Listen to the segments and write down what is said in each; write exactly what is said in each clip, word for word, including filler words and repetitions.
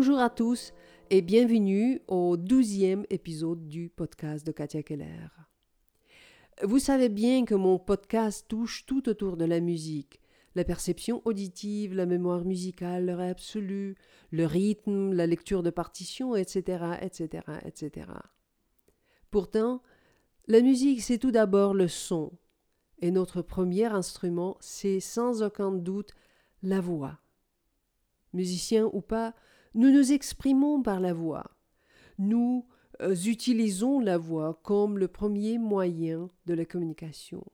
Bonjour à tous et bienvenue au douzième épisode du podcast de Katia Keller. Vous savez bien que mon podcast touche tout autour de la musique, la perception auditive, la mémoire musicale, le ré absolu, le rythme, la lecture de partitions, et cetera, et cetera, et cetera. Pourtant, la musique, c'est tout d'abord le son, et notre premier instrument, c'est sans aucun doute la voix. Musiciens ou pas, nous nous exprimons par la voix. Nous euh, utilisons la voix comme le premier moyen de la communication.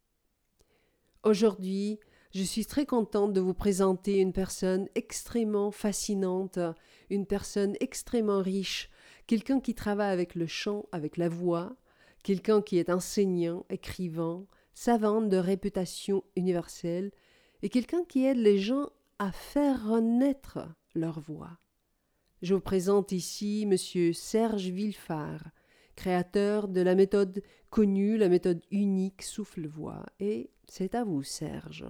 Aujourd'hui, je suis très contente de vous présenter une personne extrêmement fascinante, une personne extrêmement riche, quelqu'un qui travaille avec le chant, avec la voix, quelqu'un qui est enseignant, écrivain, savant de réputation universelle et quelqu'un qui aide les gens à faire renaître leur voix. Je vous présente ici M. Serge Villefard, créateur de la méthode connue, la méthode unique souffle-voix. Et c'est à vous, Serge.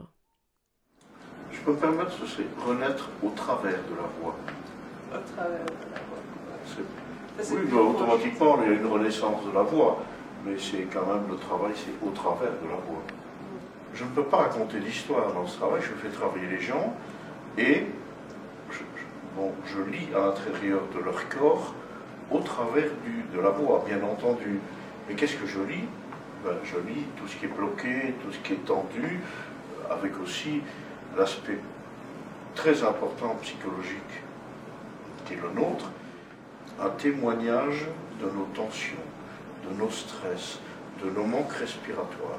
Je peux me permettre, c'est renaître au travers de la voix. Au travers de la voix. C'est... Ça, oui, bah, automatiquement, il y a une renaissance de la voix, mais c'est quand même le travail, c'est au travers de la voix. Mm. Je ne peux pas raconter l'histoire dans ce travail, je fais travailler les gens et je, je, bon, je lis à l'intérieur de leur corps au travers du, de la voix, bien entendu. Mais qu'est-ce que je lis? Ben, je lis tout ce qui est bloqué, tout ce qui est tendu, avec aussi l'aspect très important psychologique qui est le nôtre, un témoignage de nos tensions, de nos stress, de nos manques respiratoires.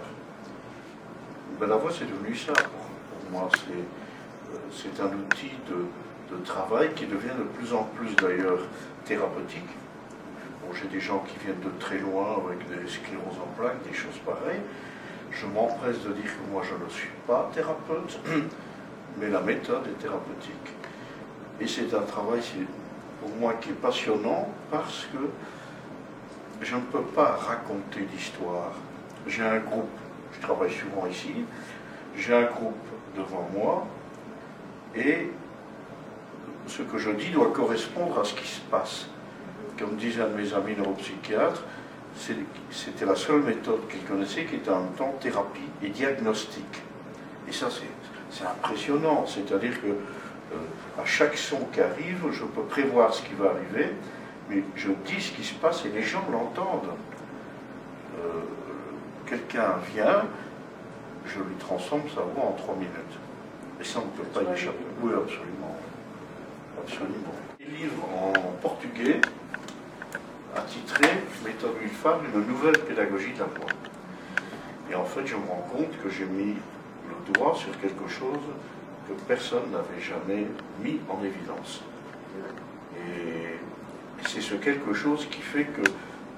Ben, la voix, c'est devenu ça pour, pour moi. C'est, c'est un outil de, de travail qui devient de plus en plus d'ailleurs thérapeutique. Bon, j'ai des gens qui viennent de très loin avec des scléroses en plaques, des choses pareilles. Je m'empresse de dire que moi je ne suis pas thérapeute, mais la méthode est thérapeutique. Et c'est un travail pour moi qui est passionnant parce que je ne peux pas raconter l'histoire. J'ai un groupe, je travaille souvent ici, j'ai un groupe devant moi et ce que je dis doit correspondre à ce qui se passe. Comme disait un de mes amis neuropsychiatres, c'était la seule méthode qu'il connaissait qui était en même temps thérapie et diagnostic. Et ça, c'est, c'est impressionnant. C'est-à-dire que euh, à chaque son qui arrive, je peux prévoir ce qui va arriver, mais je dis ce qui se passe et les gens l'entendent. Euh, quelqu'un vient, je lui transforme sa voix en trois minutes. Et ça, on ne peut pas y échapper. Oui, absolument. Absolument. Il livre en portugais, intitulé Méthode Villefard, une nouvelle pédagogie de la voix. Et en fait, je me rends compte que j'ai mis le doigt sur quelque chose que personne n'avait jamais mis en évidence. Et c'est ce quelque chose qui fait que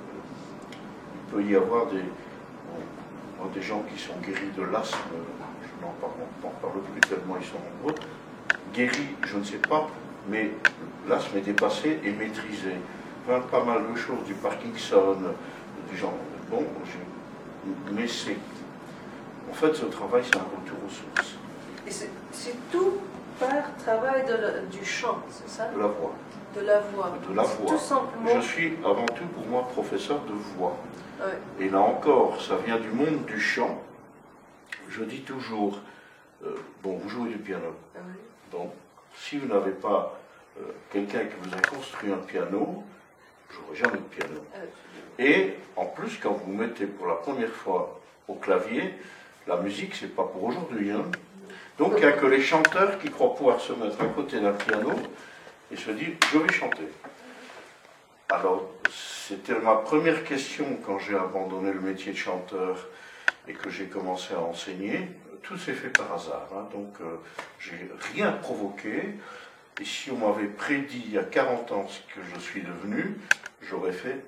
il peut y avoir des, bon, des gens qui sont guéris de l'asthme, je n'en parle, n'en parle plus tellement ils sont nombreux, guéris, je ne sais pas, mais l'asthme est dépassé et maîtrisé. Enfin, pas mal de choses, du Parkinson, du genre. Bon, je, mais c'est. En fait, ce travail, c'est un retour aux sources. Et c'est, c'est tout par travail de la, du chant, c'est ça? De la voix. De la voix. De la voix. Tout simplement. Je suis avant tout pour moi professeur de voix. Ouais. Et là encore, ça vient du monde du chant. Je dis toujours, euh, bon, vous jouez du piano. Oui. Bon, si vous n'avez pas euh, quelqu'un qui vous a construit un piano, je n'aurai jamais de piano. Euh, Et en plus, quand vous mettez pour la première fois au clavier, la musique, c'est pas pour aujourd'hui. Hein. Donc, il n'y a que les chanteurs qui croient pouvoir se mettre à côté d'un piano et se dire, je vais chanter. Alors, c'était ma première question quand j'ai abandonné le métier de chanteur et que j'ai commencé à enseigner. Tout s'est fait par hasard. Hein. Donc, euh, j'ai rien provoqué. Et si on m'avait prédit il y a quarante ans ce que je suis devenu, j'aurais fait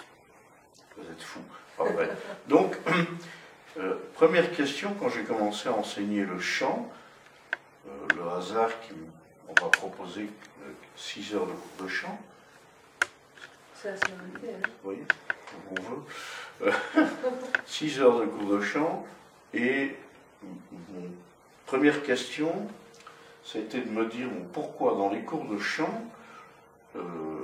« vous êtes fou ». Pas vrai. Donc, euh, première question, quand j'ai commencé à enseigner le chant, euh, le hasard qui on m'a proposé six heures de cours de chant. Ça, c'est une idée. Hein. Vous voyez, comme on veut. six heures de cours de chant, et mon première question, c'était de me dire bon, pourquoi dans les cours de chant, euh,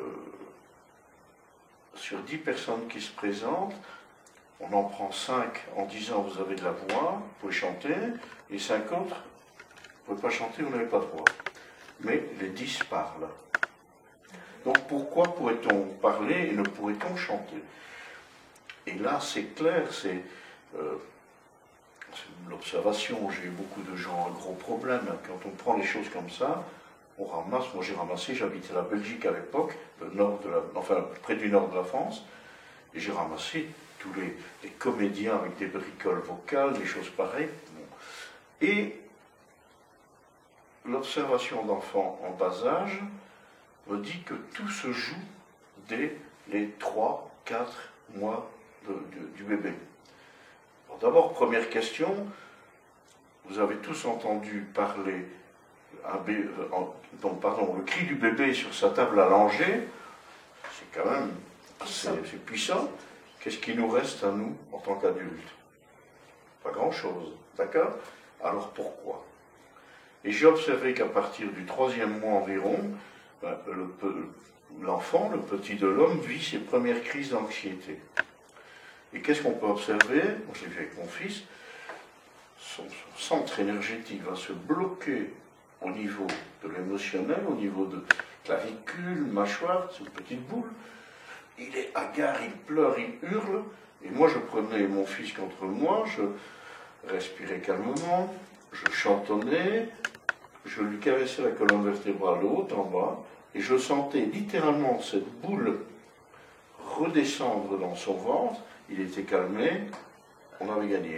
sur dix personnes qui se présentent, on en prend cinq en disant vous avez de la voix, vous pouvez chanter, et cinq autres, vous ne pouvez pas chanter, vous n'avez pas de voix. Mais les dix parlent. Donc pourquoi pourrait-on parler et ne pourrait-on chanter? Et là, c'est clair, c'est euh, l'observation. J'ai eu beaucoup de gens, un gros problème. Quand on prend les choses comme ça, on ramasse. Moi, j'ai ramassé, j'habitais la Belgique à l'époque, le nord de la, enfin, près du nord de la France, et j'ai ramassé tous les, les comédiens avec des bricoles vocales, des choses pareilles. Bon. Et l'observation d'enfants en bas âge me dit que tout se joue dès les trois quatre mois de, de, du bébé. D'abord, première question, vous avez tous entendu parler, un bé, en, donc, pardon, le cri du bébé sur sa table allongée, c'est quand même assez c'est puissant. Qu'est-ce qui nous reste à nous en tant qu'adultes? Pas grand-chose, d'accord? Alors pourquoi? Et j'ai observé qu'à partir du troisième mois environ, ben, l'enfant, le, le petit de l'homme, vit ses premières crises d'anxiété. Et qu'est-ce qu'on peut observer? Moi, je l'ai vu avec mon fils. Son, son centre énergétique va se bloquer au niveau de l'émotionnel, au niveau de clavicule, mâchoire, c'est une petite boule. Il est hagard, il pleure, il hurle. Et moi, je prenais mon fils contre moi, je respirais calmement, je chantonnais, je lui caressais la colonne vertébrale de haut en bas, et je sentais littéralement cette boule redescendre dans son ventre. Il était calmé, on avait gagné.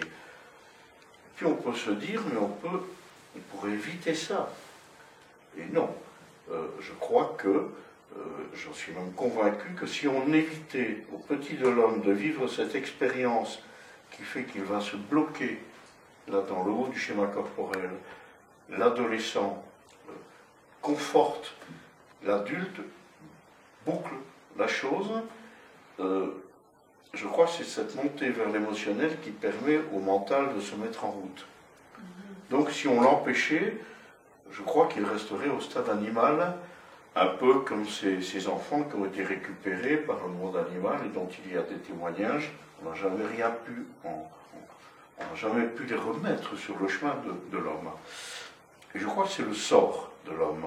Puis on peut se dire, mais on peut, on pourrait éviter ça. Et non, euh, je crois que, euh, j'en suis même convaincu que si on évitait au petit de l'homme de vivre cette expérience qui fait qu'il va se bloquer là dans le haut du schéma corporel, l'adolescent euh, conforte l'adulte, boucle la chose, euh, je crois que c'est cette montée vers l'émotionnel qui permet au mental de se mettre en route. Donc si on l'empêchait, je crois qu'il resterait au stade animal, un peu comme ces, ces enfants qui ont été récupérés par le monde animal et dont il y a des témoignages. On n'a jamais rien pu, en, on n'a jamais pu les remettre sur le chemin de, de l'homme. Et je crois que c'est le sort de l'homme,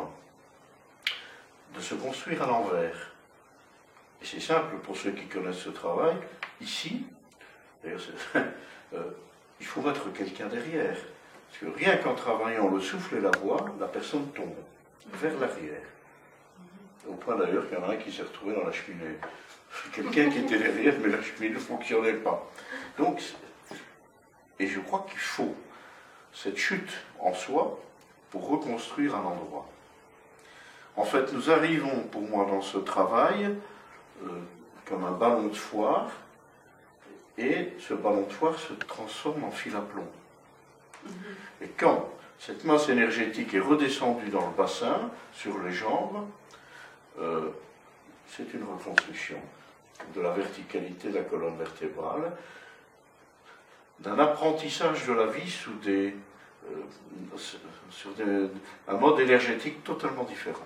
de se construire à l'envers. Et c'est simple pour ceux qui connaissent ce travail. Ici, d'ailleurs, euh, il faut mettre quelqu'un derrière. Parce que rien qu'en travaillant le souffle et la voix, la personne tombe vers l'arrière. Au point d'ailleurs qu'il y en a un qui s'est retrouvé dans la cheminée. Quelqu'un qui était derrière, mais la cheminée ne fonctionnait pas. Donc, et je crois qu'il faut cette chute en soi pour reconstruire un endroit. En fait, nous arrivons, pour moi, dans ce travail, euh, comme un ballon de foire, et ce ballon de foire se transforme en fil à plomb. Et quand cette masse énergétique est redescendue dans le bassin, sur les jambes, euh, c'est une reconstruction de la verticalité de la colonne vertébrale, d'un apprentissage de la vie sous des, euh, sur des, un mode énergétique totalement différent.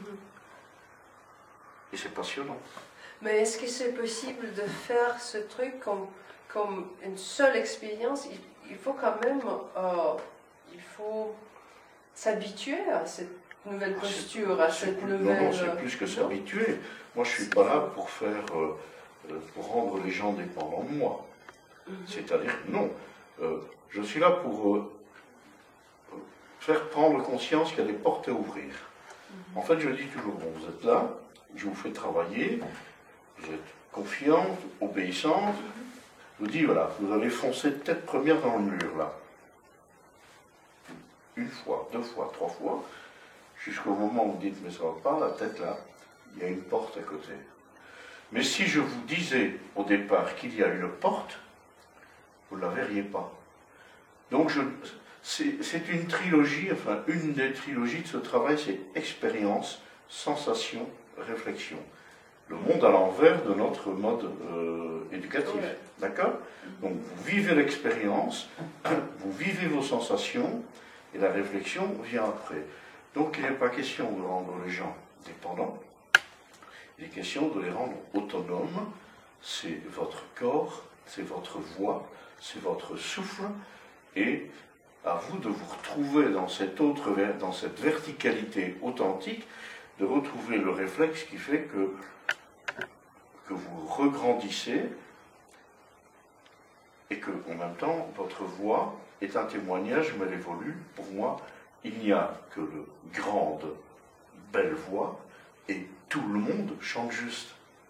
Et c'est passionnant. Mais est-ce que c'est possible de faire ce truc comme, comme une seule expérience? il, il faut quand même euh, il faut s'habituer à cette nouvelle posture, à cette plus, nouvelle... Non, non, c'est plus que s'habituer. Moi, je ne suis pas là pour faire, euh, pour rendre les gens dépendants de moi. Mm-hmm. C'est-à-dire, non, euh, je suis là pour euh, faire prendre conscience qu'il y a des portes à ouvrir. Mm-hmm. En fait, je dis toujours, bon, vous êtes là, je vous fais travailler, vous êtes confiante, obéissante, je vous dis, voilà, vous allez foncer tête première dans le mur, là. Une fois, deux fois, trois fois, jusqu'au moment où vous dites, mais ça va pas, la tête là, il y a une porte à côté. Mais si je vous disais au départ qu'il y a une porte, vous ne la verriez pas. Donc je, c'est, c'est une trilogie, enfin une des trilogies de ce travail, c'est expérience, sensation, réflexion. Le monde à l'envers de notre mode euh, éducatif. Ouais. D'accord? Donc vous vivez l'expérience, vous vivez vos sensations, et la réflexion vient après. Donc il n'est pas question de rendre les gens dépendants, Il est question de les rendre autonomes. C'est votre corps, c'est votre voix, c'est votre souffle, et à vous de vous retrouver dans cette, autre, dans cette verticalité authentique, de retrouver le réflexe qui fait que, que vous regrandissez et que, en même temps, votre voix est un témoignage, mais elle évolue. Pour moi, il n'y a que de grandes, belles voix, et tout le monde chante juste.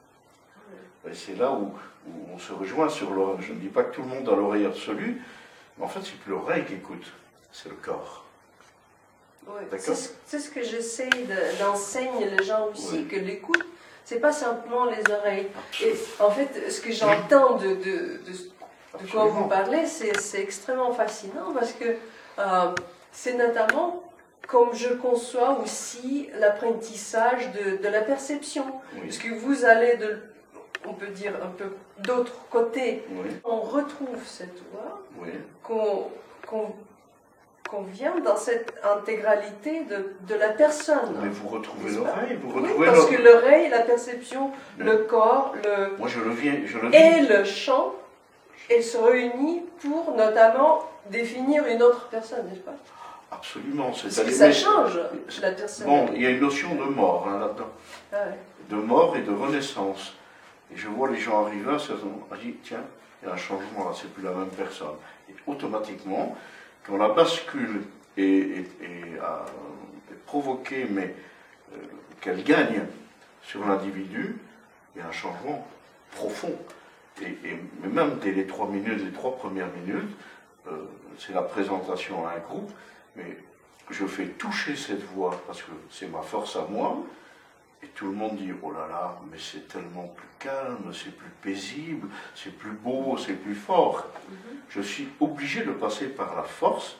Et c'est là où, où on se rejoint sur l'oreille. Je ne dis pas que tout le monde a l'oreille absolue, mais en fait, c'est plus l'oreille qui écoute, c'est le corps. Oui, c'est ce, c'est ce que j'essaie de, d'enseigner les gens aussi, oui. Que l'écoute, c'est pas simplement les oreilles. Et en fait, ce que j'entends de, de, de, de quoi vous parlez, c'est, c'est extrêmement fascinant parce que euh, c'est notamment comme je conçois aussi l'apprentissage de, de la perception. Oui. Parce que vous allez de, on peut dire un peu d'autre côté, oui. On retrouve cette voix, oui. qu'on, qu'on qu'on vient dans cette intégralité de, de la personne. Mais vous retrouvez l'oreille, vous retrouvez oui, parce l'oreille. Que l'oreille, la perception, oui. Le corps, le... Moi je le viens, je le et le chant, elles se réunissent pour notamment définir une autre personne, n'est-ce pas? Absolument. C'est parce que ça change la personne. Bon, il y a une notion de mort hein, là-dedans. Ah ouais. De mort et de renaissance. Et je vois les gens arriver, on dit, tiens, il y a un changement là, c'est plus la même personne. Et automatiquement, quand la bascule est, est, est, euh, est provoquée, mais euh, qu'elle gagne sur l'individu, il y a un changement profond. Et, et mais même dès les trois minutes, les trois premières minutes, euh, c'est la présentation à un groupe, mais je fais toucher cette voix parce que c'est ma force à moi, et tout le monde dit, oh là là, mais c'est tellement plus calme, c'est plus paisible, c'est plus beau, c'est plus fort. Mm-hmm. Je suis obligé de passer par la force.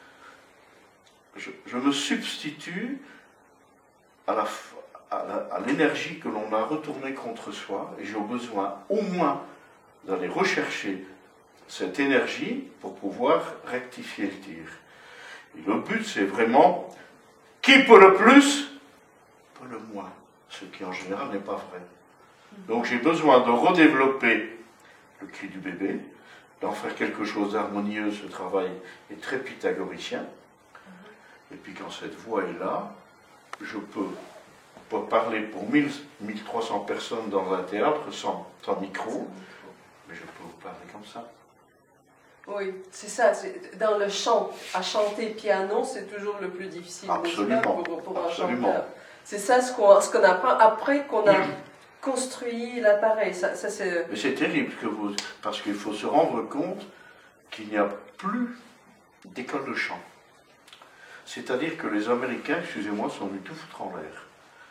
Je, je me substitue à, la, à, la, à l'énergie que l'on a retournée contre soi, et j'ai besoin au moins d'aller rechercher cette énergie pour pouvoir rectifier le tir. Et le but, c'est vraiment, qui peut le plus, peut le moins. Ce qui en général n'est pas vrai. Donc j'ai besoin de redévelopper le cri du bébé, d'en faire quelque chose d'harmonieux. Ce travail est très pythagoricien. Et puis quand cette voix est là, je peux pas parler pour mille, mille trois cents personnes dans un théâtre sans, sans micro, mais je peux vous parler comme ça. Oui, c'est ça. C'est, dans le chant, à chanter piano, c'est toujours le plus difficile. Absolument. Pour, pour Absolument. Un chanteur. C'est ça ce qu'on, ce qu'on apprend après qu'on a construit l'appareil. Ça, ça, c'est... Mais c'est terrible, que vous, parce qu'il faut se rendre compte qu'il n'y a plus d'école de chant. C'est-à-dire que les Américains, excusez-moi, sont venus tout foutre en l'air.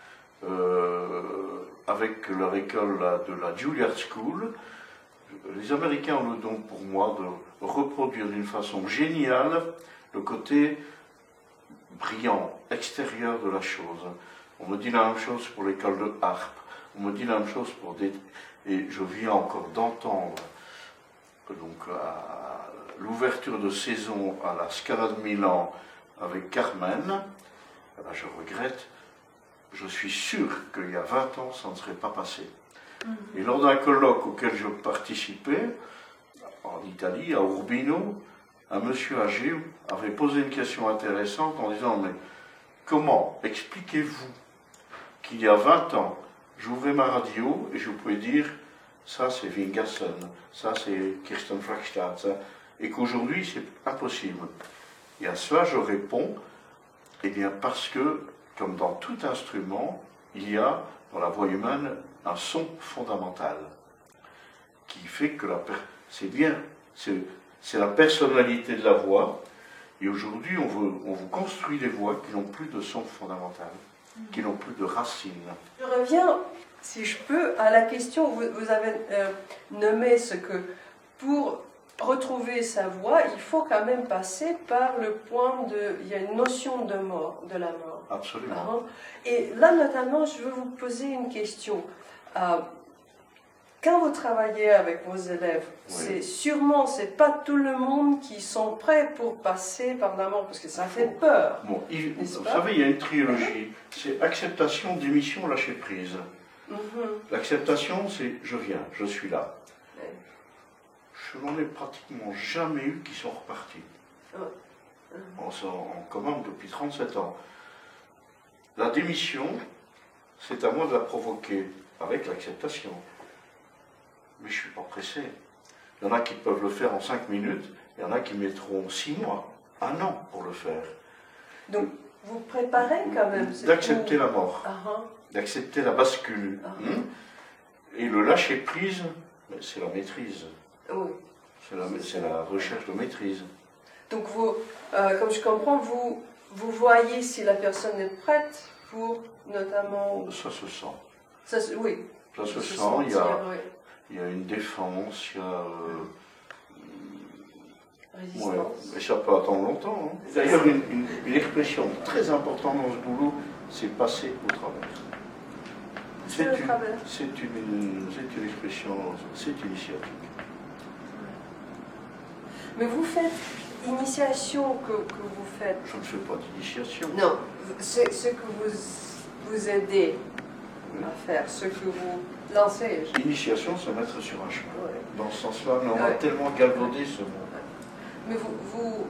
Euh, avec leur école là, de la Juilliard School, les Américains ont le don pour moi de reproduire d'une façon géniale le côté brillant, extérieur de la chose. On me dit la même chose pour l'école de harpe, on me dit la même chose pour des... Et je viens encore d'entendre donc, à l'ouverture de saison à la Scala de Milan avec Carmen, eh ben, je regrette, je suis sûr qu'il y a vingt ans, ça ne serait pas passé. Mm-hmm. Et lors d'un colloque auquel je participais, en Italie, à Urbino, un monsieur âgé avait posé une question intéressante en disant, mais comment expliquez-vous qu'il y a vingt ans, j'ouvrais ma radio et je pouvais dire, ça c'est Vingasson, ça c'est Kirsten Flagstad, ça, et qu'aujourd'hui c'est impossible. Et à cela je réponds, eh bien parce que, comme dans tout instrument, il y a dans la voix humaine un son fondamental, qui fait que la per- c'est bien, c'est, c'est la personnalité de la voix, et aujourd'hui on, veut, on vous construit des voix qui n'ont plus de son fondamental, qui n'ont plus de racines. Je reviens, si je peux, à la question, vous, vous avez euh, nommé ce que pour retrouver sa voix, il faut quand même passer par le point de... Il y a une notion de mort, de la mort. Absolument. Hein? Et là, notamment, je veux vous poser une question. Euh, quand vous travaillez avec vos élèves, oui. c'est sûrement, c'est pas tout le monde qui sont prêts pour passer par la mort, parce que ça fait peur. Bon, il, vous savez, il y a une trilogie. C'est acceptation, démission, lâcher prise. Mm-hmm. L'acceptation, c'est je viens, je suis là. Ouais. Je n'en ai pratiquement jamais eu qui sont repartis. Ouais. On s'en en commande depuis trente-sept ans. La démission, c'est à moi de la provoquer avec l'acceptation. Mais je ne suis pas pressé. Il y en a qui peuvent le faire en cinq minutes, il y en a qui mettront six mois, un an pour le faire. Donc, vous préparez quand même. D'accepter la mort, uh-huh. d'accepter la bascule. Uh-huh. Hein? Et le lâcher prise, c'est la maîtrise. Oui. C'est la, c'est la recherche de maîtrise. Donc, vous, euh, comme je comprends, vous, vous voyez si la personne est prête pour, notamment... Ça se sent. Ça, oui. Ça se, se sent, il y, a, oui. il y a une défense, il y a... Euh, Résistance. Ouais, mais ça peut attendre longtemps. Hein. D'ailleurs, une, une, une expression très importante dans ce boulot, c'est passer au travers. C'est le travers. C'est une, c'est une expression, c'est initiatique. Mais vous faites initiation que, que vous faites. Je ne fais pas d'initiation. Non, c'est ce que vous, vous aidez oui. à faire, ce que vous lancez. Initiation, c'est mettre sur un chemin. Ouais. Dans ce sens-là, mais on ouais. a tellement galvaudé ce mot. Mais vous, vous,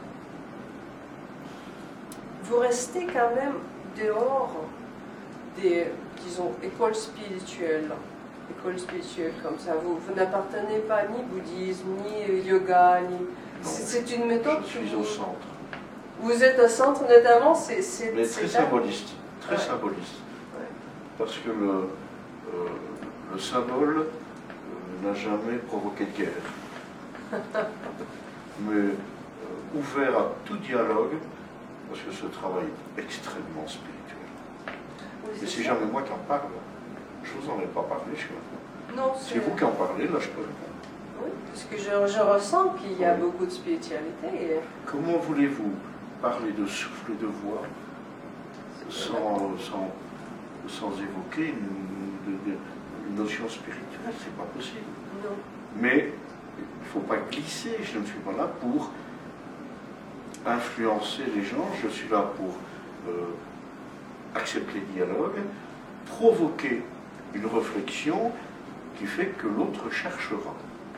vous restez quand même dehors des, disons, écoles spirituelles. Écoles spirituelles comme ça. Vous, vous n'appartenez pas ni bouddhisme, ni yoga, ni... C'est une méthode je suis que vous... au centre. Vous êtes au centre notamment, c'est... Mais très symboliste. Très ouais. symboliste. Ouais. Parce que le, euh, le symbole euh, n'a jamais provoqué de guerre. Mais euh, ouvert à tout dialogue, parce que ce travail est extrêmement spirituel. Oui, mais c'est jamais moi qui en parle. Je ne vous en ai pas parlé, je crois. Non, c'est vous qui en parlez, là je peux répondre. Oui, parce que je, je ressens qu'il y a oui. beaucoup de spiritualité. Et... Comment voulez-vous parler de souffle et de voix sans, sans, sans évoquer une, une, une notion spirituelle? C'est pas possible. Non. Mais il ne faut pas glisser, je ne suis pas là pour influencer les gens, je suis là pour euh, accepter le dialogue, provoquer une réflexion qui fait que l'autre cherchera.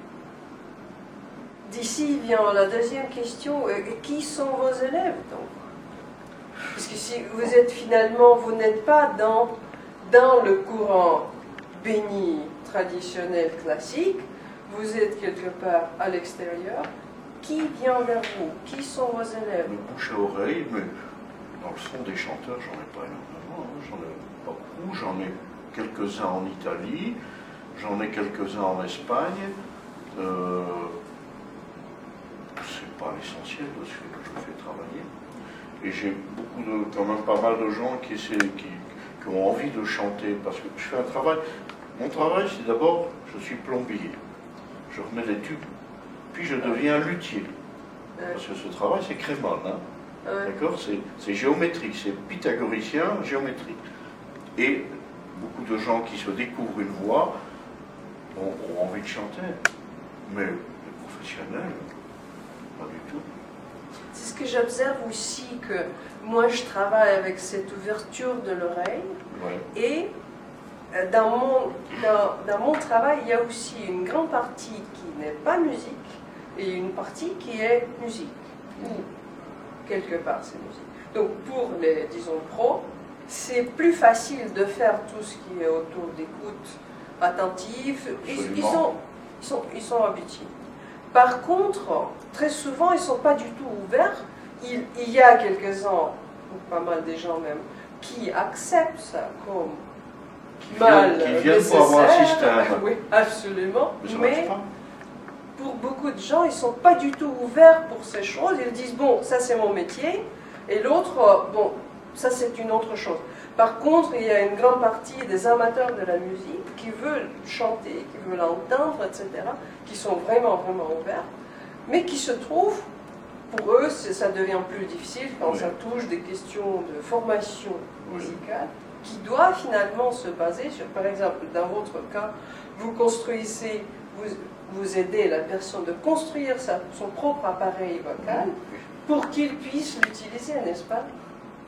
D'ici vient la deuxième question, qui sont vos élèves donc? Parce que si vous êtes finalement, vous n'êtes pas dans, dans le courant béni, traditionnel, classique, vous êtes quelque part à l'extérieur, qui vient vers vous? Qui sont vos élèves? Le bouche à oreille, mais dans le fond des chanteurs, j'en ai pas énormément, hein. J'en ai pas beaucoup, j'en ai quelques-uns en Italie, j'en ai quelques-uns en Espagne. Euh, c'est pas l'essentiel de ce que je fais travailler. Et j'ai beaucoup de, quand même pas mal de gens qui, essaient, qui, qui ont envie de chanter, parce que je fais un travail. Mon travail, c'est d'abord, je suis plombier. Je remets les tubes, puis je deviens luthier. Parce que ce travail, c'est crémone, hein. Ouais. D'accord, c'est géométrique, c'est pythagoricien, géométrique. Et beaucoup de gens qui se découvrent une voix ont, ont envie de chanter. Mais les professionnels, pas du tout. C'est ce que j'observe aussi, que moi je travaille avec cette ouverture de l'oreille. Ouais. Et dans mon, dans, dans mon travail, il y a aussi une grande partie qui n'est pas musique et une partie qui est musique. Ou quelque part c'est musique. Donc pour les, disons, pros, c'est plus facile de faire tout ce qui est autour d'écoute attentive. Ils, ils, sont, ils, sont, ils sont habitués. Par contre, très souvent, ils ne sont pas du tout ouverts. Il, il y a quelques-uns, ou pas mal des gens même, qui acceptent ça comme qui mal viennent, qui viennent pour avoir un système. Oui, absolument. Mais, ça Mais pas. Pour beaucoup de gens, ils ne sont pas du tout ouverts pour ces choses. Ils disent, bon, ça c'est mon métier, et l'autre, bon, ça c'est une autre chose. Par contre, il y a une grande partie des amateurs de la musique qui veulent chanter, qui veulent entendre, et cetera, qui sont vraiment, vraiment ouverts, mais qui se trouvent, pour eux, ça devient plus difficile quand oui. ça touche des questions de formation musicale, qui doit finalement se baser sur, par exemple, dans votre cas, vous construisez, vous, vous aidez la personne de construire sa, son propre appareil vocal pour qu'il puisse l'utiliser, n'est-ce pas?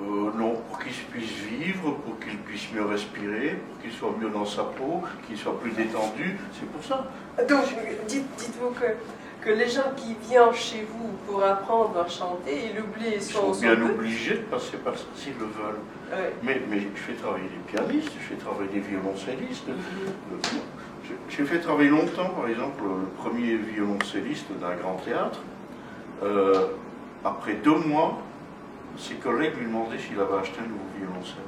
Euh, non, pour qu'il puisse vivre, pour qu'il puisse mieux respirer, pour qu'il soit mieux dans sa peau, qu'il soit plus détendu, c'est pour ça. Donc, dites, dites-vous que, que les gens qui viennent chez vous pour apprendre à chanter, ils oublient Ils son sont bien son obligés de passer par ça s'ils le veulent. Ouais. Mais, mais je fais travailler des pianistes, je fais travailler des violoncellistes. Mm-hmm. J'ai fait travailler longtemps, par exemple, le premier violoncelliste d'un grand théâtre. Euh, après deux mois, ses collègues lui demandaient s'il avait acheté un nouveau violoncelle.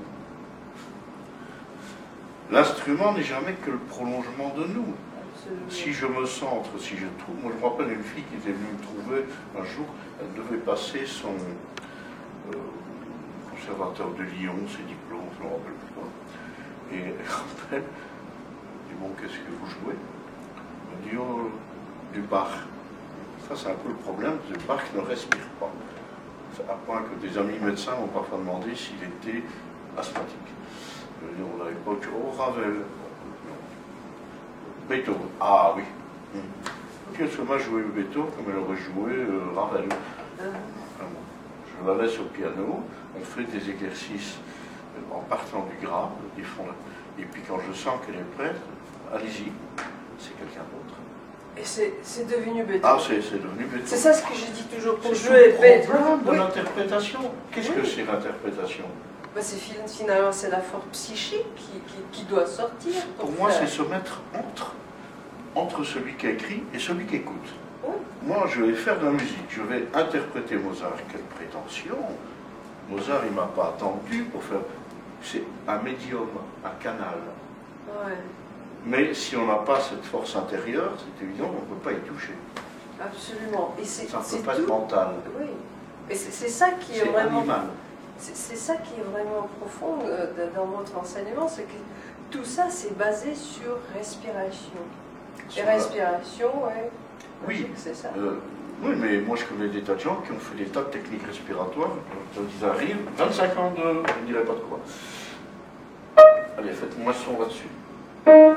L'instrument n'est jamais que le prolongement de nous. Absolument. Si je me centre, si je trouve... Moi, je me rappelle une fille qui était venue me trouver un jour, elle devait passer son euh, conservateur de Lyon, ses diplômes, je ne me rappelle plus quoi. Et elle rappelle, elle dit, bon, qu'est-ce que vous jouez? Elle dit, oh, du Bach. Ça, c'est un peu le problème, le Bach ne respire pas. À point que des amis médecins m'ont parfois demandé s'il était asthmatique. Je veux dire, on n'avait pas oh, Ravel. Non. Beethoven. Ah oui. Hum. Puis elle se met à jouer Beethoven comme elle aurait joué euh, Ravel. Uh-huh. Je la laisse au piano, on fait des exercices en partant du grave, des fonds. Et puis quand je sens qu'elle est prête, allez-y, c'est quelqu'un d'autre. Et c'est devenu Beethoven. Ah, c'est devenu Beethoven. C'est ça ce que je dis toujours pour C'est jouer le Beethoven. problème de Oui. l'interprétation. Qu'est-ce Oui. que c'est l'interprétation? Bah, finalement, c'est la force psychique qui, qui, qui doit sortir. Pour, pour moi, faire. c'est se mettre entre, entre celui qui écrit et celui qui écoute. Oui. Moi, je vais faire de la musique, je vais interpréter Mozart. Quelle prétention! Mozart, il ne m'a pas attendu pour faire... C'est un médium, un canal. Ouais. Mais si on n'a pas cette force intérieure, c'est évident qu'on ne peut pas y toucher. Absolument. Et Ça ne c'est peut pas tout. être mental. Oui. Et c'est ça qui est, C'est vraiment... animal. C'est ça qui est vraiment profond euh, dans votre enseignement, c'est que tout ça, c'est basé sur respiration. Et Sur la- respiration, ouais. Oui. C'est ça. Euh, oui, mais moi je connais des tas de gens qui ont fait des tas de techniques respiratoires. Quand ils arrivent, vingt-cinq ans de... je ne dirais pas de quoi. Allez, faites-moi le son là-dessus.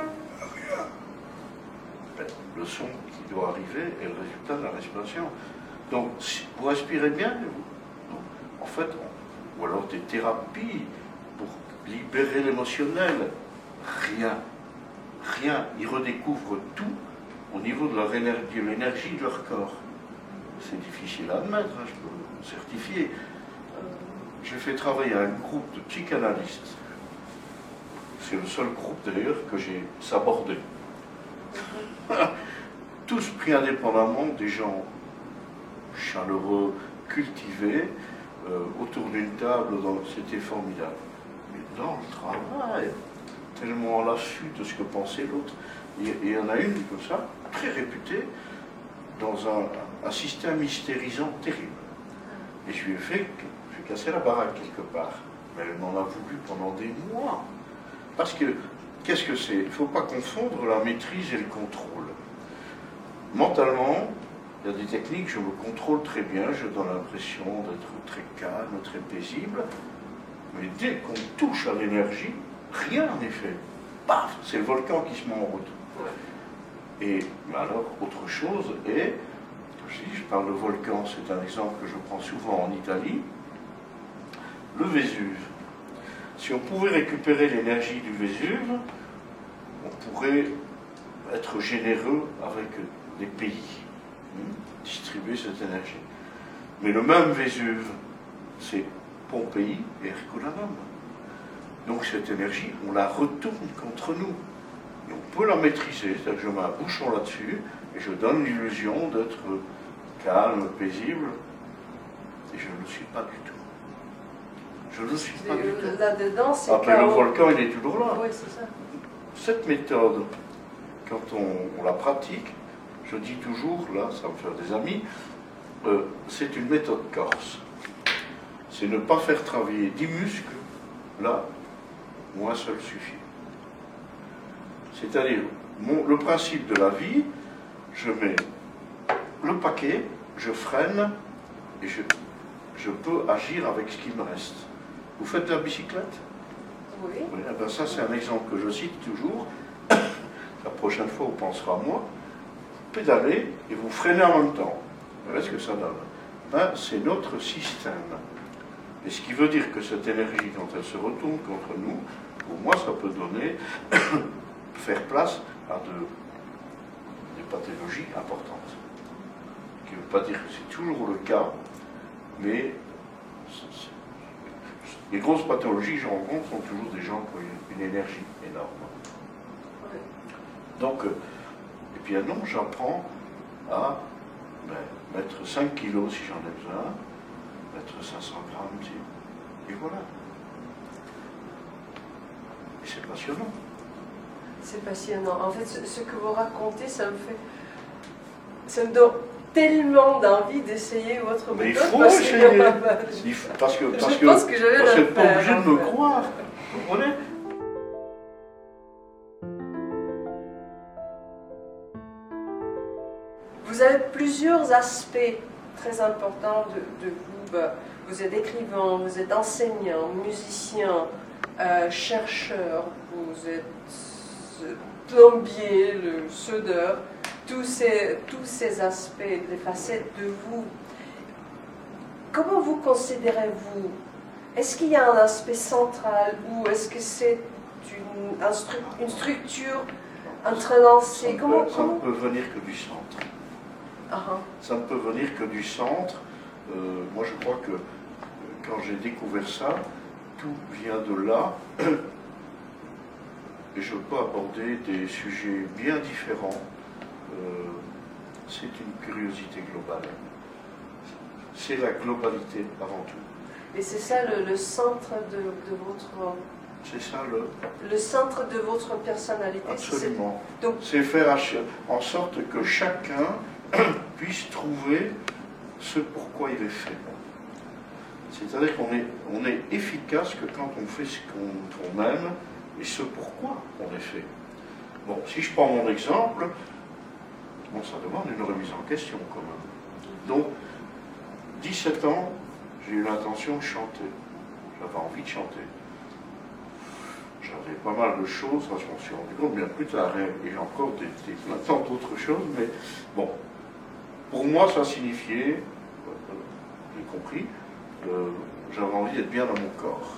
Le son qui doit arriver est le résultat de la respiration. Donc, si vous respirez bien, vous, en fait, on- ou alors des thérapies pour libérer l'émotionnel, rien. Rien. Ils redécouvrent tout au niveau de leur énergie, de l'énergie de leur corps. C'est difficile à admettre, hein, je peux le certifier. J'ai fait travailler un groupe de psychanalystes. C'est le seul groupe d'ailleurs que j'ai sabordé. Tous pris indépendamment, des gens chaleureux, cultivés, euh, autour d'une table, c'était formidable. Mais dans le travail, tellement à l'affût de ce que pensait l'autre. Et il y en a une comme ça, très réputée, dans un, un système hystérisant terrible. Et je lui ai fait, je lui ai cassé la baraque quelque part. Mais elle m'en a voulu pendant des mois. Parce que, qu'est-ce que c'est? Il ne faut pas confondre la maîtrise et le contrôle. Mentalement, il y a des techniques, je me contrôle très bien, je donne l'impression d'être très calme, très paisible. Mais dès qu'on touche à l'énergie, rien n'est fait. Paf, c'est le volcan qui se met en route. Et mais alors, autre chose est, je dis, je parle de volcan, c'est un exemple que je prends souvent en Italie, le Vésuve. Si on pouvait récupérer l'énergie du Vésuve, on pourrait être généreux avec des pays, hein, distribuer cette énergie. Mais le même Vésuve, c'est Pompéi et Herculanum. Donc cette énergie, on la retourne contre nous. Et on peut la maîtriser, c'est-à-dire que je mets un bouchon là-dessus et je donne l'illusion d'être calme, paisible, et je ne le suis pas du tout. Je ne le suis pas du tout. Là-dedans, c'est Après, le volcan, il est toujours là. Oui, c'est ça. Cette méthode, quand on, on la pratique, je dis toujours, là, ça va me faire des amis, euh, c'est une méthode corse. C'est ne pas faire travailler dix muscles, là, où un seul suffit. C'est-à-dire, mon- le principe de la vie, je mets le paquet, je freine, et je, je peux agir avec ce qui me reste. Vous faites de la bicyclette? Oui. Oui, eh ben ça c'est un exemple que je cite toujours. La prochaine fois, vous penserez à moi. Pédalez et vous freinez en même temps. Voilà ce que ça donne. Ben, c'est notre système. Et ce qui veut dire que cette énergie, quand elle se retourne contre nous, pour moi, ça peut donner, faire place à de, des pathologies importantes. Ce qui ne veut pas dire que c'est toujours le cas, mais c'est, c'est, les grosses pathologies que je rencontre sont toujours des gens qui ont une, une énergie énorme. Donc, et puis non, j'apprends à ben, mettre cinq kilos si j'en ai besoin, mettre cinq cents grammes, et voilà. Et c'est passionnant. C'est passionnant. En fait, ce, ce que vous racontez, ça me fait... Ça me donne tellement d'envie d'essayer votre méthode. Mais il faut parce essayer. Que... Il faut, parce que, parce je que, pense que je vais parce le que pas faire. obligé de me croire. Vous comprenez? Vous avez plusieurs aspects très importants de, de vous. Vous êtes écrivain, vous êtes enseignant, musicien, euh, chercheur, vous êtes plombier, le soudeur, tous ces, tous ces aspects, les facettes de vous. Comment vous considérez-vous? Est-ce qu'il y a un aspect central ou est-ce que c'est une, un stru une structure entrelancée? Ça, ne comment, peut, ça comment... ne peut venir que du centre. Ah, Ça ne peut venir que du centre. Euh, moi, je crois que quand j'ai découvert ça, tout vient de là. Et je peux aborder des sujets bien différents. Euh, c'est une curiosité globale. C'est la globalité avant tout. et c'est ça le, le centre de, de votre... C'est ça le... Le centre de votre personnalité. Absolument. Donc... C'est faire en sorte que chacun puisse trouver ce pourquoi il est fait. C'est-à-dire qu'on est, on est efficace que quand on fait ce qu'on aime et ce pourquoi on est fait. Bon, si je prends mon exemple, bon, ça demande une remise en question quand même. Donc, dix-sept ans, j'ai eu l'intention de chanter. J'avais envie de chanter. J'avais pas mal de choses, ça je m'en suis rendu compte bien plus tard, et j'ai encore des, des, plein d'autres choses, mais bon. Pour moi, ça signifiait, euh, j'ai compris, euh, j'avais envie d'être bien dans mon corps.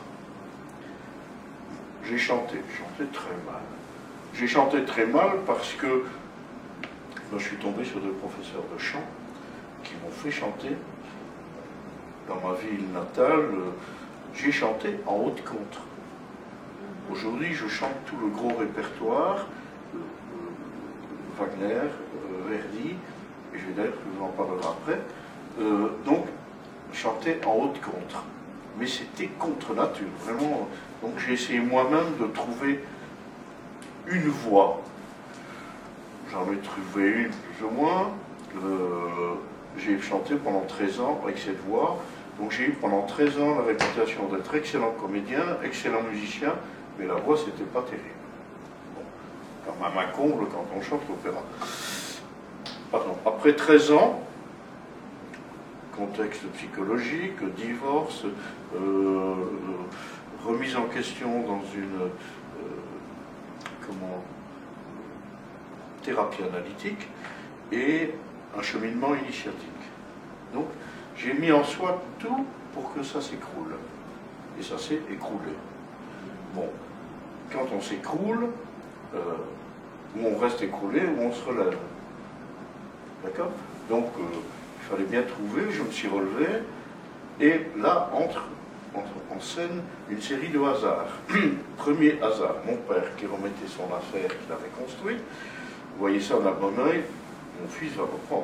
J'ai chanté, chanté très mal. J'ai chanté très mal parce que moi, je suis tombé sur deux professeurs de chant qui m'ont fait chanter. Dans ma ville natale, euh, j'ai chanté en haute contre. Aujourd'hui, je chante tout le gros répertoire, euh, euh, Wagner, euh, Verdi, et je vais d'ailleurs, je vous en parlerai après. Euh, donc, chanter en haute contre. Mais c'était contre nature, vraiment. Donc j'ai essayé moi-même de trouver une voix. J'en ai trouvé une plus ou moins. Euh, j'ai chanté pendant treize ans avec cette voix. Donc j'ai eu pendant treize ans la réputation d'être excellent comédien, excellent musicien, mais la voix, c'était pas terrible. Bon, quand même un comble quand on chante l'opéra. Pardon. Après treize ans, contexte psychologique, divorce, euh, remise en question dans une euh, comment, thérapie analytique et un cheminement initiatique. Donc, j'ai mis en soi tout pour que ça s'écroule. Et ça s'est écroulé. Bon, quand on s'écroule, euh, ou on reste écroulé, ou on se relève. D'accord? Donc, euh, il fallait bien trouver, je me suis relevé, et là entre, entre en scène une série de hasards. Premier hasard, mon père qui remettait son affaire qu'il avait construite, vous voyez ça d'un bon oeil, mon fils va reprendre.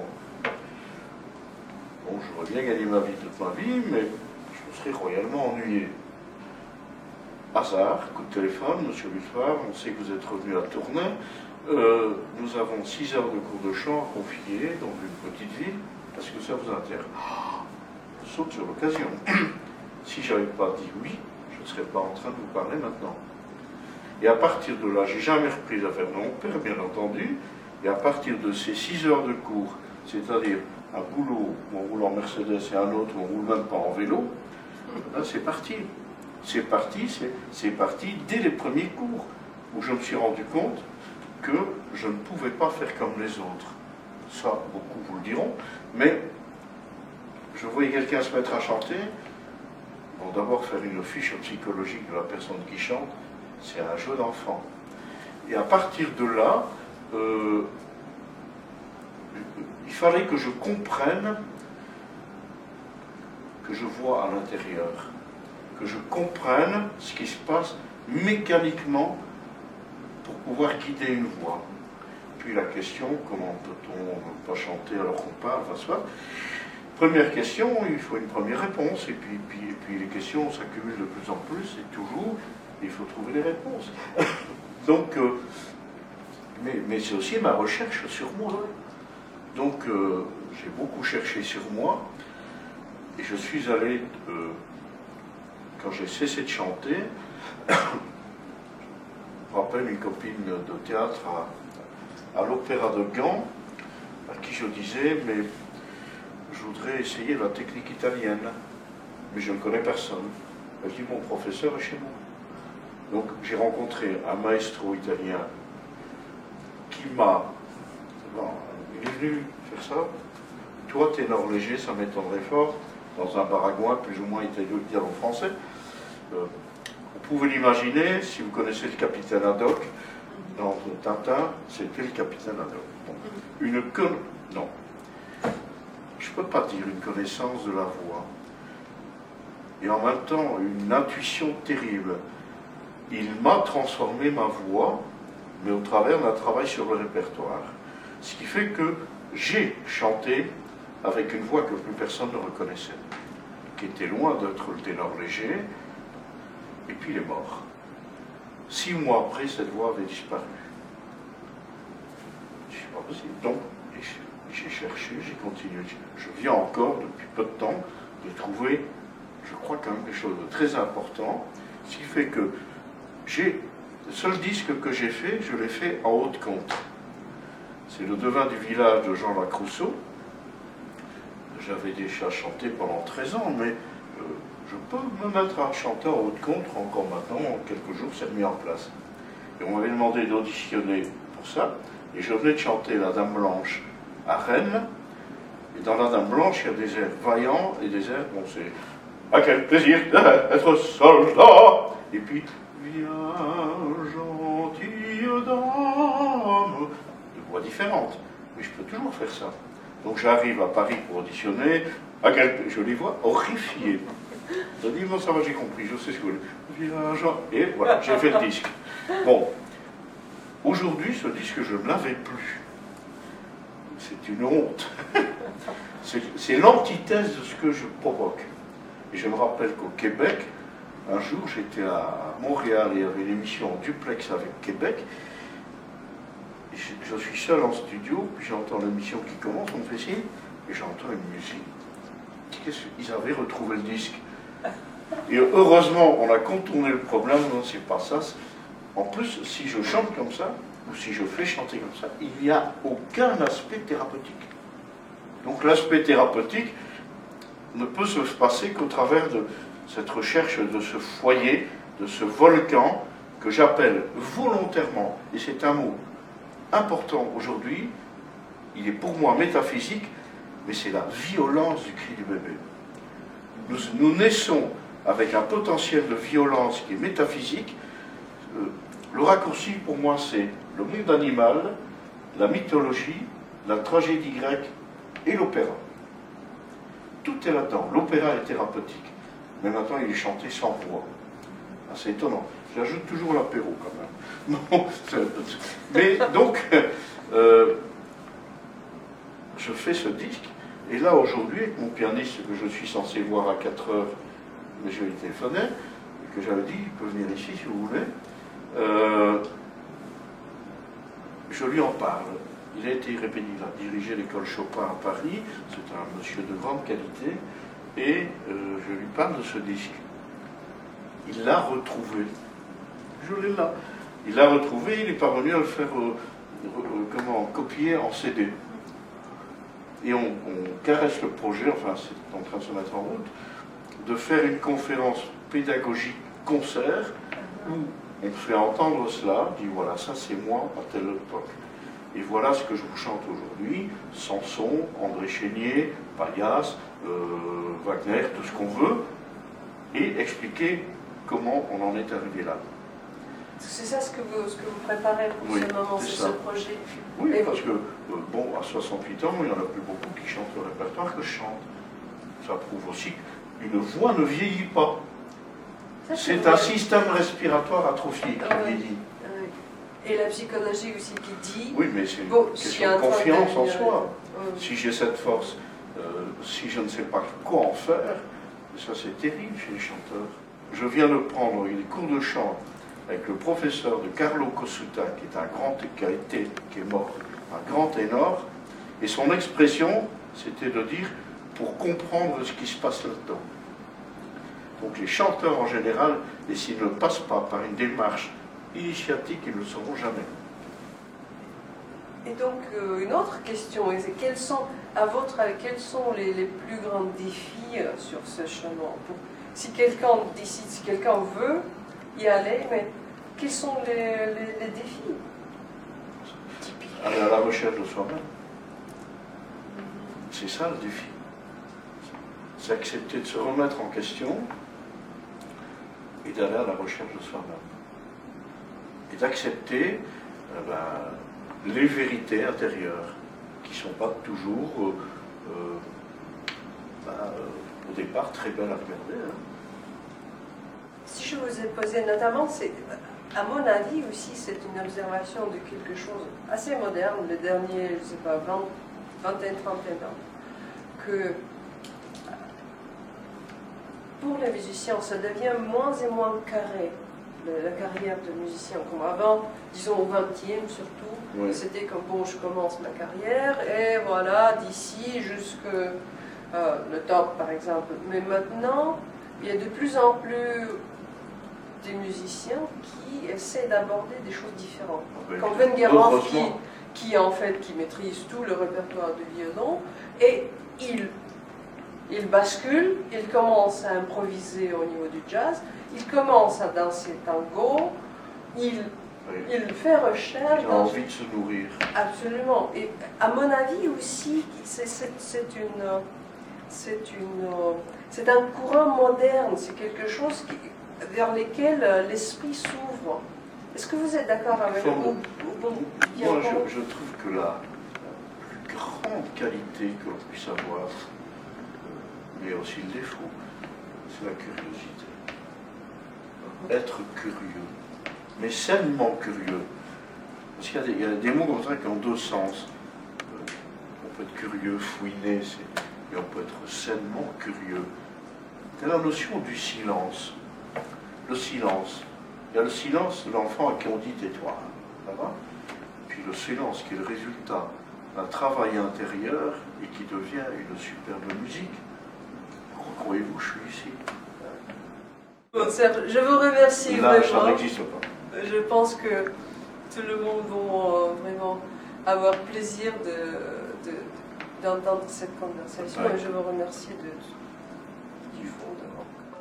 Bon, j'aurais bien gagné ma vie toute ma vie, mais je me serais royalement ennuyé. Hasard, coup de téléphone, monsieur Buffard, on sait que vous êtes revenu à Tournai, euh, nous avons six heures de cours de chant à confier dans une petite ville. Est-ce que ça vous intéresse? Je saute sur l'occasion. Si je n'avais pas dit oui, je ne serais pas en train de vous parler maintenant. Et à partir de là, j'ai jamais repris l'affaire de mon père, bien entendu. Et à partir de ces six heures de cours, c'est-à-dire un boulot où on roule en Mercedes et un autre où on roule même pas en vélo, là c'est parti. C'est parti, c'est parti dès les premiers cours, où je me suis rendu compte que je ne pouvais pas faire comme les autres. Ça, beaucoup vous le diront, mais je voyais quelqu'un se mettre à chanter, vont d'abord faire une fiche psychologique de la personne qui chante, c'est un jeu d'enfant. Et à partir de là, euh, il fallait que je comprenne, que je vois à l'intérieur, que je comprenne ce qui se passe mécaniquement pour pouvoir guider une voix. Puis la question, comment peut-on pas chanter alors qu'on parle, enfin soit. Première question, il faut une première réponse, et puis, puis, et puis les questions s'accumulent de plus en plus, et toujours, il faut trouver les réponses. Donc, euh, mais, mais c'est aussi ma recherche sur moi. Donc, euh, j'ai beaucoup cherché sur moi, et je suis allé, euh, quand j'ai cessé de chanter, je me rappelle une copine de théâtre à, à l'Opéra de Gand, à qui je disais, mais je voudrais essayer la technique italienne, mais je ne connais personne. Elle dit, mon professeur est chez moi. Donc j'ai rencontré un maestro italien qui m'a... Bon, il est venu faire ça. Toi, ténor léger, ça m'étonnerait fort, dans un baragouin plus ou moins italo-français. Euh, vous pouvez l'imaginer, si vous connaissez le capitaine Haddock, dans Tintin, c'était le capitaine Haddock. Bon. Une con... Non. Je ne peux pas dire une connaissance de la voix. Et en même temps, une intuition terrible. Il m'a transformé ma voix, mais au travers d'un travail sur le répertoire. Ce qui fait que j'ai chanté avec une voix que plus personne ne reconnaissait, qui était loin d'être le ténor léger, et puis il est mort. Six mois après, cette voix avait disparu. C'est pas possible. Donc, j'ai cherché, j'ai continué. Je viens encore, depuis peu de temps, de trouver, je crois quand même, quelque chose de très important, ce qui fait que j'ai, le seul disque que j'ai fait, je l'ai fait en haute contre. C'est le devin du village de Jean Lacrousseau. J'avais déjà chanté pendant treize ans, mais euh, je peux me mettre à chanter en haute contre encore maintenant, en quelques jours, c'est mis en place. Et on m'avait demandé d'auditionner pour ça, et je venais de chanter La Dame Blanche à Rennes, et dans La Dame Blanche, il y a des airs vaillants et des airs, bon, c'est « Ah, quel plaisir d'être soldat !» Et puis « Viens, gentille dame !» de voix différentes, mais je peux toujours faire ça. Donc j'arrive à Paris pour auditionner, à quel... je les vois horrifiés. Je dis, non, ça va, j'ai compris, je sais ce que vous voulez. Et voilà, j'ai fait le disque. Bon, aujourd'hui, ce disque, je ne l'avais plus. C'est une honte. C'est l'antithèse de ce que je provoque. Et je me rappelle qu'au Québec, un jour, j'étais à Montréal et il y avait une émission en duplex avec Québec. Et je, je suis seul en studio, puis j'entends l'émission qui commence, on me fait signe, et j'entends une musique. Ils avaient retrouvé le disque. Et heureusement, on a contourné le problème, non, c'est pas ça. En plus, si je chante comme ça, ou si je fais chanter comme ça, il n'y a aucun aspect thérapeutique. Donc l'aspect thérapeutique ne peut se passer qu'au travers de cette recherche de ce foyer, de ce volcan que j'appelle volontairement, et c'est un mot important aujourd'hui, il est pour moi métaphysique, mais c'est la violence du cri du bébé. Nous, nous naissons avec un potentiel de violence qui est métaphysique. Euh, le raccourci pour moi c'est le monde animal, la mythologie, la tragédie grecque et l'opéra. Tout est là-dedans. L'opéra est thérapeutique, mais maintenant il est chanté sans voix. Ah, c'est étonnant. J'ajoute toujours l'apéro quand même. Bon, mais donc, euh, je fais ce disque, et là aujourd'hui, avec mon pianiste que je suis censé voir à quatre heures, mais je lui ai téléphoné, et que j'avais dit, il peut venir ici si vous voulez, euh, je lui en parle. Il a été il a dirigé l'école Chopin à Paris, c'est un monsieur de grande qualité, et euh, je lui parle de ce disque. Il l'a retrouvé. Je l'ai là. Il l'a retrouvé, il est parvenu à le faire euh, euh, comment, copier en C D. Et on, on caresse le projet, enfin c'est en train de se mettre en route, de faire une conférence pédagogique concert où on fait entendre cela, dit voilà, ça c'est moi à telle époque. Et voilà ce que je vous chante aujourd'hui, Samson, André Chénier, Paillasse, euh, Wagner, tout ce qu'on veut. et expliquer comment on en est arrivé là. C'est ça ce que vous, ce que vous préparez pour Oui, ce moment, c'est c'est ça. ce projet. Oui, Et parce vous- que, euh, bon, à soixante-huit ans, il n'y en a plus beaucoup qui chantent le répertoire que je chante. Ça prouve aussi qu'une voix ne vieillit pas. Ça, C'est vrai. un système respiratoire atrophié qui Ah ouais. vieillit. Oui. Et la psychologie aussi qui dit... Oui, mais c'est une Bon, s'il y question a de un train confiance en d'améliorer. soi. Oui. Si j'ai cette force, euh, si je ne sais pas quoi en faire, ça c'est terrible chez les chanteurs. Je viens de prendre des cours de chant avec le professeur de Carlo Cossutta, qui est un grand, qui a été, qui est mort, un grand ténor, et son expression, c'était de dire pour comprendre ce qui se passe là-dedans. Donc les chanteurs en général, et s'ils ne passent pas par une démarche initiatique, ils ne le sauront jamais. Et donc, euh, une autre question, c'est quels sont, à votre avis, quels sont les, les plus grands défis euh, sur ce chemin pour, si quelqu'un décide, si quelqu'un veut y aller, mais quels sont les, les, les défis typiques? Aller à la recherche de soi-même. C'est ça le défi. C'est accepter de se remettre en question et d'aller à la recherche de soi-même. Et d'accepter euh, ben, les vérités intérieures qui ne sont pas toujours, euh, euh, ben, euh, au départ, très belles à regarder. Hein. Si je vous ai posé notamment, c'est, à mon avis aussi, c'est une observation de quelque chose assez moderne, les derniers, je ne sais pas, vingt, vingtaine, trentaine ans, que pour les musiciens, ça devient moins et moins carré, le- la carrière de musicien. Comme avant, disons au vingtième surtout, Oui. c'était comme bon, je commence ma carrière et voilà, d'ici jusque euh, le top par exemple. Mais maintenant, il y a de plus en plus des musiciens qui essaient d'aborder des choses différentes. Oui. Comme Vengerov qui, Heureusement. qui en fait qui maîtrise tout le répertoire de violon et il, il bascule, il commence à improviser au niveau du jazz, il commence à danser tango, il, Oui. il fait recherche. Il a dans- envie de se nourrir. Absolument. Et à mon avis aussi, c'est c'est- c'est une, c'est une, c'est un courant moderne, c'est quelque chose qui, vers lequel euh, l'esprit s'ouvre. Est-ce que vous êtes d'accord avec Forme- ou- ou- ou- Moi, je, je trouve que la, la plus grande qualité que l'on puisse avoir, euh, mais aussi le défaut, c'est la curiosité. Être curieux, mais sainement curieux. Parce qu'il y a des, il y a des mots comme ça qui ont deux sens. Euh, on peut être curieux, fouiner, c'est- mais on peut être sainement curieux. C'est la notion du silence. Le silence. Il y a le silence de l'enfant à qui on dit tais-toi. Ça va ? Puis le silence qui est le résultat d'un travail intérieur et qui devient une superbe musique. Croyez-vous, je suis ici. Bon, Serge, je vous remercie Là, ça vraiment. n'existe pas. Je pense que tout le monde va euh, vraiment avoir plaisir de, de- d'entendre cette conversation Ouais. et je vous remercie de, du fond de mon cœur.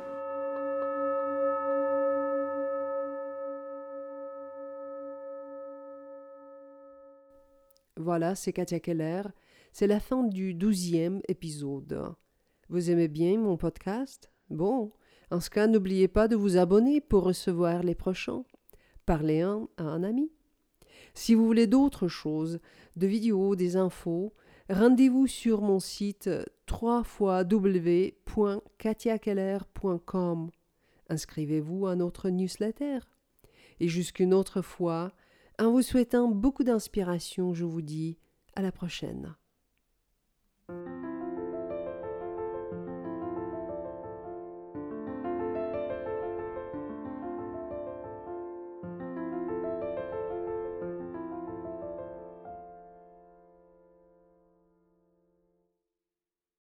Voilà, c'est Katia Keller. C'est la fin du douzième épisode. Vous aimez bien mon podcast? Bon, en ce cas, n'oubliez pas de vous abonner pour recevoir les prochains. Parlez-en à un ami. Si vous voulez d'autres choses, de vidéos, des infos, rendez-vous sur mon site w w w point katia keller point com. Inscrivez-vous à notre newsletter. Et jusqu'une autre fois, en vous souhaitant beaucoup d'inspiration, je vous dis à la prochaine.